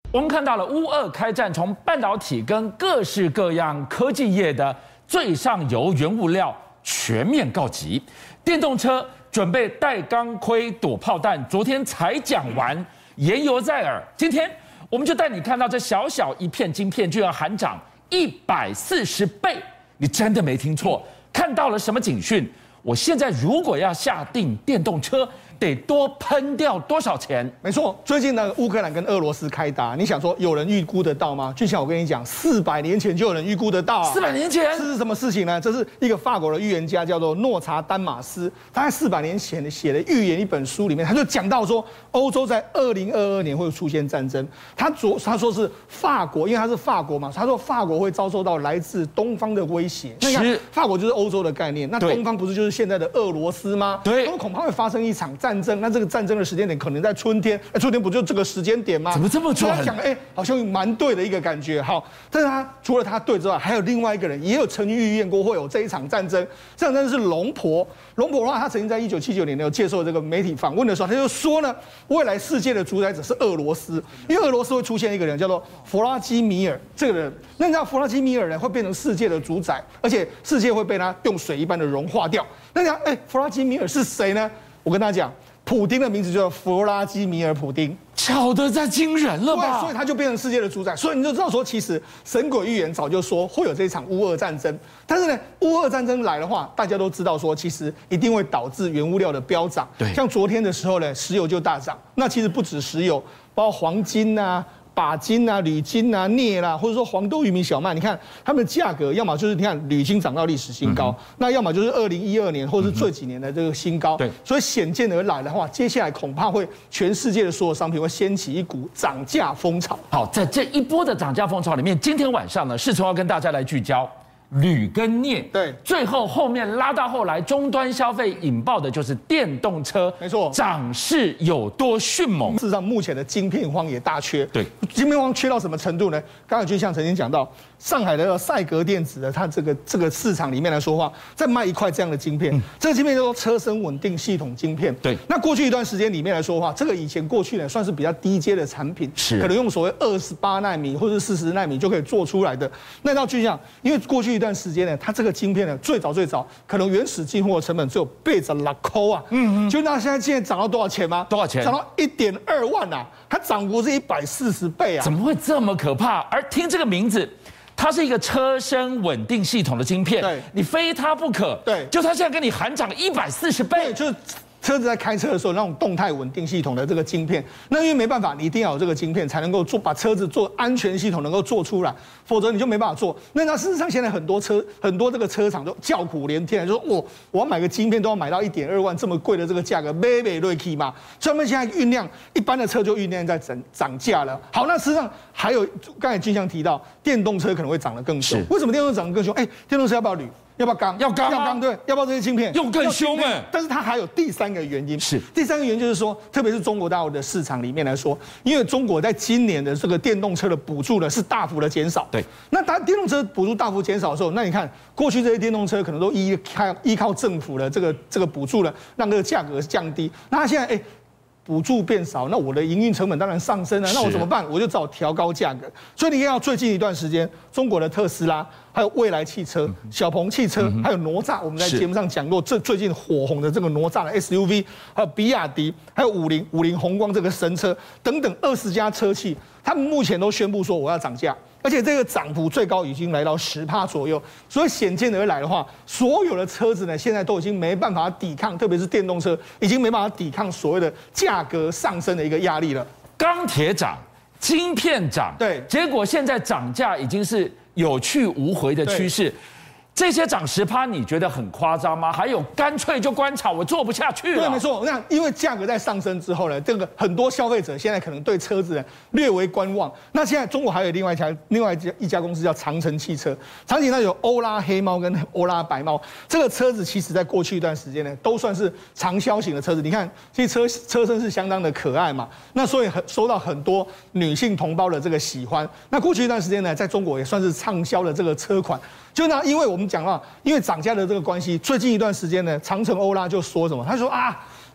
我们看到了乌俄开战，从半导体跟各式各样科技业的最上游原物料全面告急，电动车准备带钢盔躲炮弹，昨天才讲完，言犹在耳。今天我们就带你看到这小小一片晶片居然喊涨140倍，你真的没听错，看到了什么警讯？我现在如果要下定电动车，得多喷掉多少钱？ 没错，最近呢，乌克兰跟俄罗斯开打，你想说有人预估得到吗？就像我跟你讲，400年前就有人预估得到啊。 400年前， 这是什么事情呢？这是一个法国的预言家，叫做诺查丹马斯，他在400年前写的预言一本书里面，他就讲到说，欧洲在2022年会出现战争。他说是法国，因为他是法国嘛，他说法国会遭受到来自东方的威胁。那看法国就是欧洲的概念，那东方不是就是现在的俄罗斯吗？ 对， 那么恐怕会发生一场战争。那这个战争的时间点可能在春天，春天不就这个时间点吗？ 怎么这么准？ 他讲，好像蛮对的一个感觉。好，但是他除了他对之外，还有另外一个人也有曾经预言过会有这一场战争。这场战争是龙婆。龙婆的话，他曾经在1979年有接受这个媒体访问的时候，他就说呢，未来世界的主宰者是俄罗斯，因为俄罗斯会出现一个人叫做弗拉基米尔这个人。那你知道弗拉基米尔呢会变成世界的主宰，而且世界会被他用水一般的融化掉。那你讲，弗拉基米尔是谁呢？我跟大家讲。普丁的名字就叫弗拉基米尔·普丁， 巧得太惊人了吧？ 对，所以他就变成世界的主宰。所以你就知道说，其实神鬼预言早就说会有这一场乌俄战争。但是呢，乌俄战争来的话，大家都知道说，其实一定会导致原物料的飙涨。 对， 像昨天的时候呢，石油就大涨。那其实不止石油，包括黄金啊。钯金啊、铝金啊、镍啦，或者说黄豆、玉米、小麦，你看它们的价格，要么就是你看铝金涨到历史新高，那要么就是2012年或者是这几年的这个新高。 对， 所以显见而来的话，接下来恐怕会全世界的所有商品会掀起一股涨价风潮。 好，在这一波的涨价风潮里面，今天晚上呢，世聪要跟大家来聚焦铝跟镍， 对， 最后面拉到后来，终端消费引爆的就是电动车， 没错， 涨势有多迅猛？ 事实上，目前的晶片荒也大缺， 对， 晶片荒缺到什么程度呢？刚才就像曾经讲到，上海的赛格电子的，它这个市场里面来说话，在卖一块这样的晶片，这个晶片叫做车身稳定系统晶片， 对， 那过去一段时间里面来说话，这个以前过去呢算是比较低阶的产品， 是可能用所谓28奈米或者40奈米就可以做出来的。那到就像，因为过去一段时间呢，它这个晶片呢，最早可能原始进货的成本只有86块啊，就那现在涨到多少钱吗？ 多少钱？ 涨到1.2万啊，它涨幅是140倍啊！ 怎么会这么可怕？而听这个名字，它是一个车身稳定系统的晶片， 对， 你非它不可。 对， 就它现在跟你喊涨140倍， 就是。车子在开车的时候，那种动态稳定系统的这个晶片，那因为没办法，你一定要有这个晶片才能够把车子做安全系统能够做出来，否则你就没办法做。那事实上现在很多这个车厂都叫苦连天，就说我要买个晶片都要买到1.2万这么贵的这个价格，买不起嘛。所以他们现在酝酿，一般的车就酝酿在涨价了。好，那事实上还有刚才俊相提到，电动车可能会涨得更凶。为什么电动车涨得更凶？电动车要不要铝？要不要钢？ 要钢， 对，要不要这些晶片？ 用更凶但是它还有第三个原因， 是第三个原因就是说，特别是中国大陆的市场里面来说，因为中国在今年的这个电动车的补助呢是大幅的减少。 对， 那当电动车补助大幅减少的时候，那你看过去这些电动车可能都依靠政府的这个补助呢，让这个价格降低。那它现在补助变少，那我的营运成本当然上升了，那我怎么办？我就只好调高价格。所以你看到最近一段时间，中国的特斯拉、还有蔚来汽车、小鹏汽车，还有哪吒，我们在节目上讲过，最近火红的这个哪吒的 SUV， 还有比亚迪，还有五菱宏光这个神车等等20家车企，他们目前都宣布说我要涨价。而且这个涨幅最高已经来到10%左右，所以显见而来的话，所有的车子呢，现在都已经没办法抵抗，特别是电动车，已经没办法抵抗所谓的价格上升的一个压力了。 钢铁涨，晶片涨， 对， 结果现在涨价已经是有去无回的趋势。这些涨10%，你觉得很夸张吗？还有干脆就关厂，我做不下去了。 对，没错。那因为价格在上升之后呢，这个很多消费者现在可能对车子呢略为观望。那现在中国还有另外一家公司叫长城汽车，长城那有欧拉黑猫跟欧拉白猫。这个车子其实在过去一段时间呢，都算是长销型的车子。你看，这车身是相当的可爱嘛，那所以收到很多女性同胞的这个喜欢。那过去一段时间呢，在中国也算是畅销的这个车款。就那，因为我们讲了，因为涨价的这个关系，最近一段时间呢，长城欧拉就说什么？他说啊，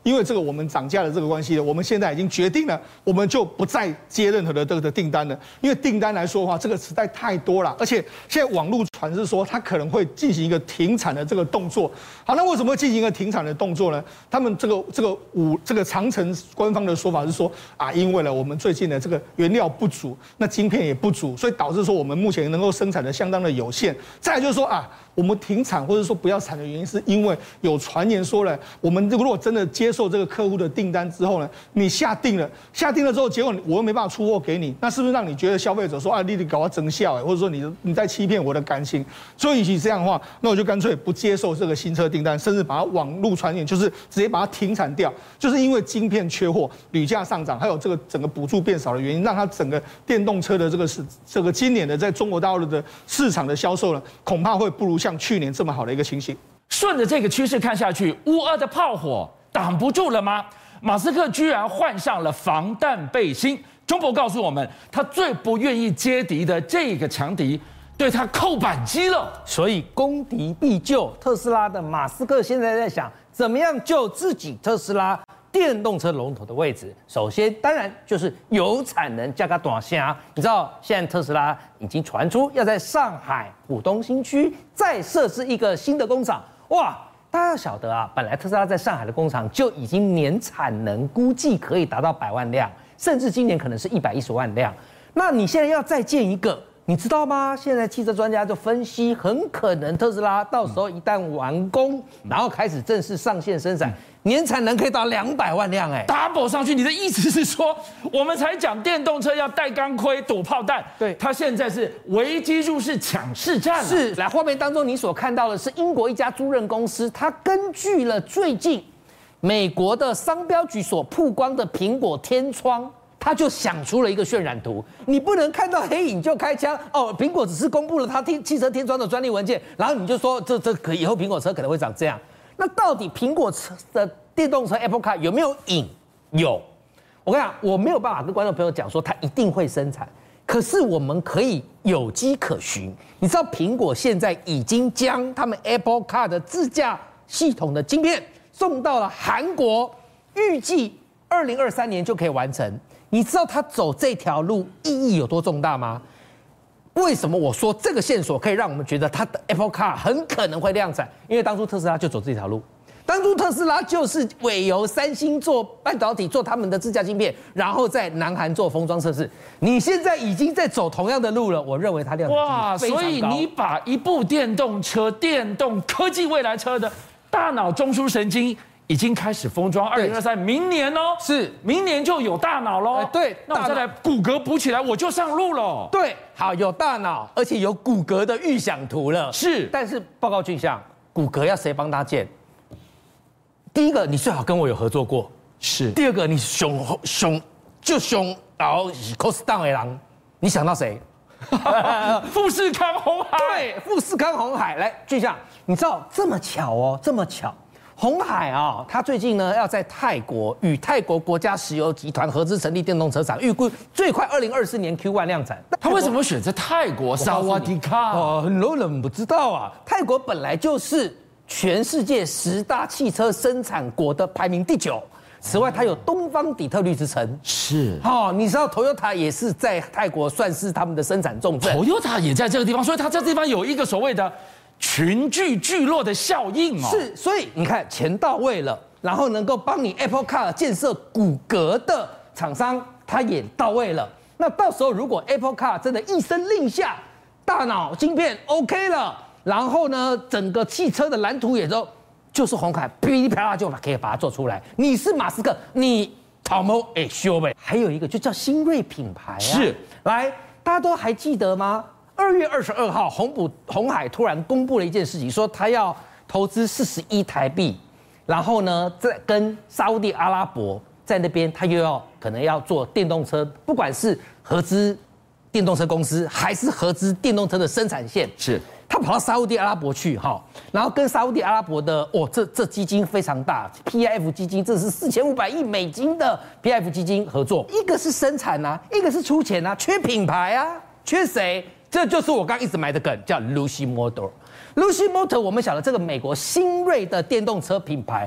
因为这个我们涨价的这个关系呢，我们现在已经决定了，我们就不再接任何的这个订单了。因为订单来说的话，这个实在太多了，而且现在网络传是说它可能会进行一个停产的这个动作。好，那为什么会进行一个停产的动作呢？他们这个长城官方的说法是说啊，因为呢我们最近的这个原料不足，那晶片也不足，所以导致说我们目前能够生产的相当的有限。再来就是说啊，我们停产或者说不要产的原因，是因为有传言说呢，我们如果真的接受这个客户的订单之后呢，你下定了之后，结果我又没办法出货给你，那是不是让你觉得消费者说啊，你搞我增效或者说你在欺骗我的感情？所以与其这样的话，那我就干脆不接受这个新车订单，甚至把它网路传言，就是直接把它停产掉，就是因为晶片缺货、铝价上涨，还有这个整个补助变少的原因，让它整个电动车的这个今年的在中国大陆的市场的销售呢，恐怕会不如像去年这么好的一个情形。 顺着这个趋势看下去，乌俄的炮火挡不住了吗？马斯克居然换上了防弹背心。中国告诉我们，他最不愿意接敌的这个强敌，对他扣扳机了。 所以攻敌必救。特斯拉的马斯克现在在想，怎么样救自己特斯拉电动车龙头的位置。首先，当然就是有产能加个短线。你知道，现在特斯拉已经传出要在上海浦东新区再设置一个新的工厂。哇！大家要晓得啊，本来特斯拉在上海的工厂就已经年产能估计可以达到100万辆，甚至今年可能是110万辆。那你现在要再建一个，你知道吗？现在汽车专家就分析，很可能特斯拉到时候一旦完工，然后开始正式上线生产，年产能可以到200万辆 ，double 上去。你的意思是说，我们才讲电动车要带钢盔、躲炮弹， 对， 它现在是危机入市抢市战了。 是，来画面当中你所看到的是英国一家租赁公司，它根据了最近美国的商标局所曝光的苹果天窗。他就想出了一个渲染图，你不能看到黑影就开枪哦。苹果只是公布了它汽车天窗的专利文件，然后你就说这可以后苹果车可能会长这样。那到底苹果车的电动车 Apple Car 有没有影？有。我跟你讲，我没有办法跟观众朋友讲说它一定会生产，可是我们可以有迹可循。你知道苹果现在已经将他们 Apple Car 的自驾系统的晶片送到了韩国，预计2023年就可以完成。你知道他走这条路意义有多重大吗？为什么我说这个线索可以让我们觉得它的 Apple Car 很可能会量产？因为当初特斯拉就走这条路，当初特斯拉就是委由三星做半导体，做他们的自家晶片，然后在南韩做封装测试。你现在已经在走同样的路了，我认为它量产非常高。 所以你把一部电动车、电动科技未来车的大脑中枢神经。已经开始封装，2023明年哦， 是明年就有大脑喽。 对， 那我再来骨骼补起来，我就上路了。 对，好，有大脑，而且有骨骼的预想图了。 是， 但是报告俊相，骨骼要谁帮他建？第一个，你最好跟我有合作过。 是。 第二个，你熊然后cost down 的人，你想到谁？ 富士康鸿海。 对，富士康鸿海。来，俊相，你知道这么巧哦，这么巧。鸿海啊，他最近呢要在泰国与泰国国家石油集团合资成立电动车厂，预估最快2024年 Q1 量产。 他为什么选择泰国？萨瓦迪卡？ 很多人不知道啊，泰国本来就是全世界10大汽车生产国的排名第9。此外，它有东方底特律之称。 是。 你知道 Toyota 也是在泰国算是他们的生产重镇。 Toyota 也在这个地方，所以它这个地方有一个所谓的。群聚聚落的效应哦， 是，所以你看钱到位了，然后能够帮你 Apple Car 建设骨骼的厂商，它也到位了。那到时候如果 Apple Car 真的一声令下，大脑晶片 OK 了，然后呢，整个汽车的蓝图也都就是鸿海噼里啪啦就可以把它做出来。你是马斯克，你讨谋修呗。还有一个就叫新锐品牌啊， 是， 来，大家都还记得吗？2月22号，鸿海突然公布了一件事情，说他要投资40亿台币，然后呢，再跟沙烏地阿拉伯在那边，他又可能要做电动车，不管是合资电动车公司，还是合资电动车的生产线， 是他跑到沙烏地阿拉伯去然后跟沙烏地阿拉伯的这基金非常大 ，PIF 基金，这是4500亿美金的 PIF 基金合作，一个是生产啊，一个是出钱啊，缺品牌啊，缺谁？这就是我刚一直埋的梗，叫 Lucy Motor。Lucy Motor， 我们晓得这个美国新锐的电动车品牌，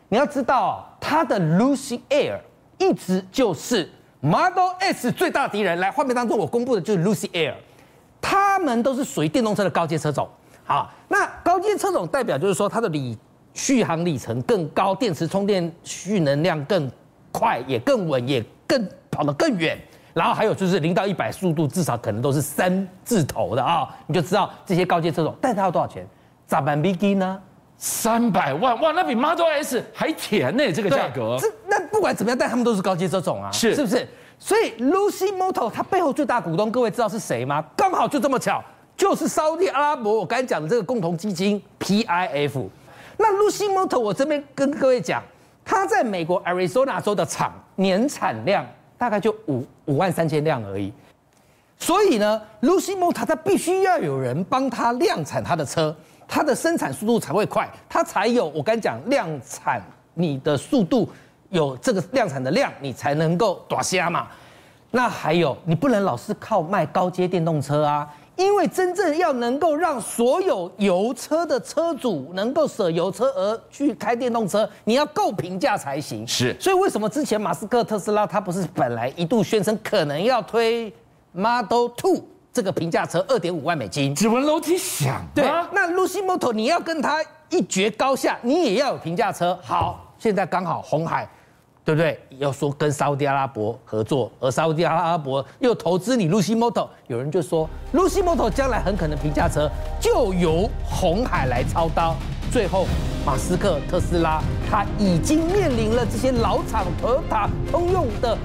你要知道，它的 Lucid Air 一直就是 Model S 最大敌人。来，画面当中我公布的就是 Lucid Air， 它们都是属于电动车的高阶车种。好，那高阶车种代表就是说它的续航里程更高，电池充电蓄能量更快，也更稳，也更跑得更远。然后还有就是0到100速度至少可能都是3字头的啊，你就知道这些高阶车种。但是它要多少钱？3万美金呢 ？300万，哇，那比 Model S 还甜呢，这个价格。 那不管怎么样，但他们都是高阶车种啊，是不是？所以 Lucid Motors 它背后最大股东，各位知道是谁吗？刚好就这么巧，就是沙特阿拉伯我刚才讲的这个共同基金 PIF。那 Lucid Motors 我这边跟各位讲，它在美国 Arizona 州的厂年产量大概就53000辆而已。所以呢 ，Lucid Motors 它必须要有人帮它量产它的车。它的生产速度才会快，它才有我刚讲量产，你的速度有这个量产的量，你才能够大虾嘛。那还有，你不能老是靠卖高阶电动车啊，因为真正要能够让所有油车的车主能够舍油车而去开电动车，你要够平价才行。 是， 所以为什么之前马斯克特斯拉他不是本来一度宣称可能要推 Model 2？这个平价车2.5万美金， 指纹楼梯响。 对，那 Lucid Motors 你要跟它一决高下，你也要有平价车。好，现在刚好鸿海，对不对？要说跟沙特阿拉伯合作，而沙特阿拉伯又投资你 Lucid Motors， 有人就说 Lucid Motors 将来很可能平价车就由鸿海来操刀。最后，马斯克特斯拉他已经面临了这些老厂Toyota、通用的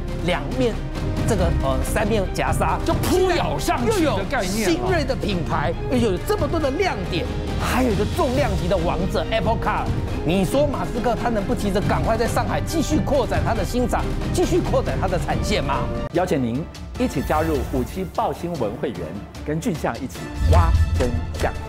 3面夹杀， 就扑咬上去的概念。 新锐的品牌，又有这么多的亮点，还有一个重量级的王者 Apple Car。你说马斯克他能不急着赶快在上海继续扩展他的新厂，继续扩展他的产线吗？ 邀请您一起加入57爆新闻会员，跟俊相一起挖真相。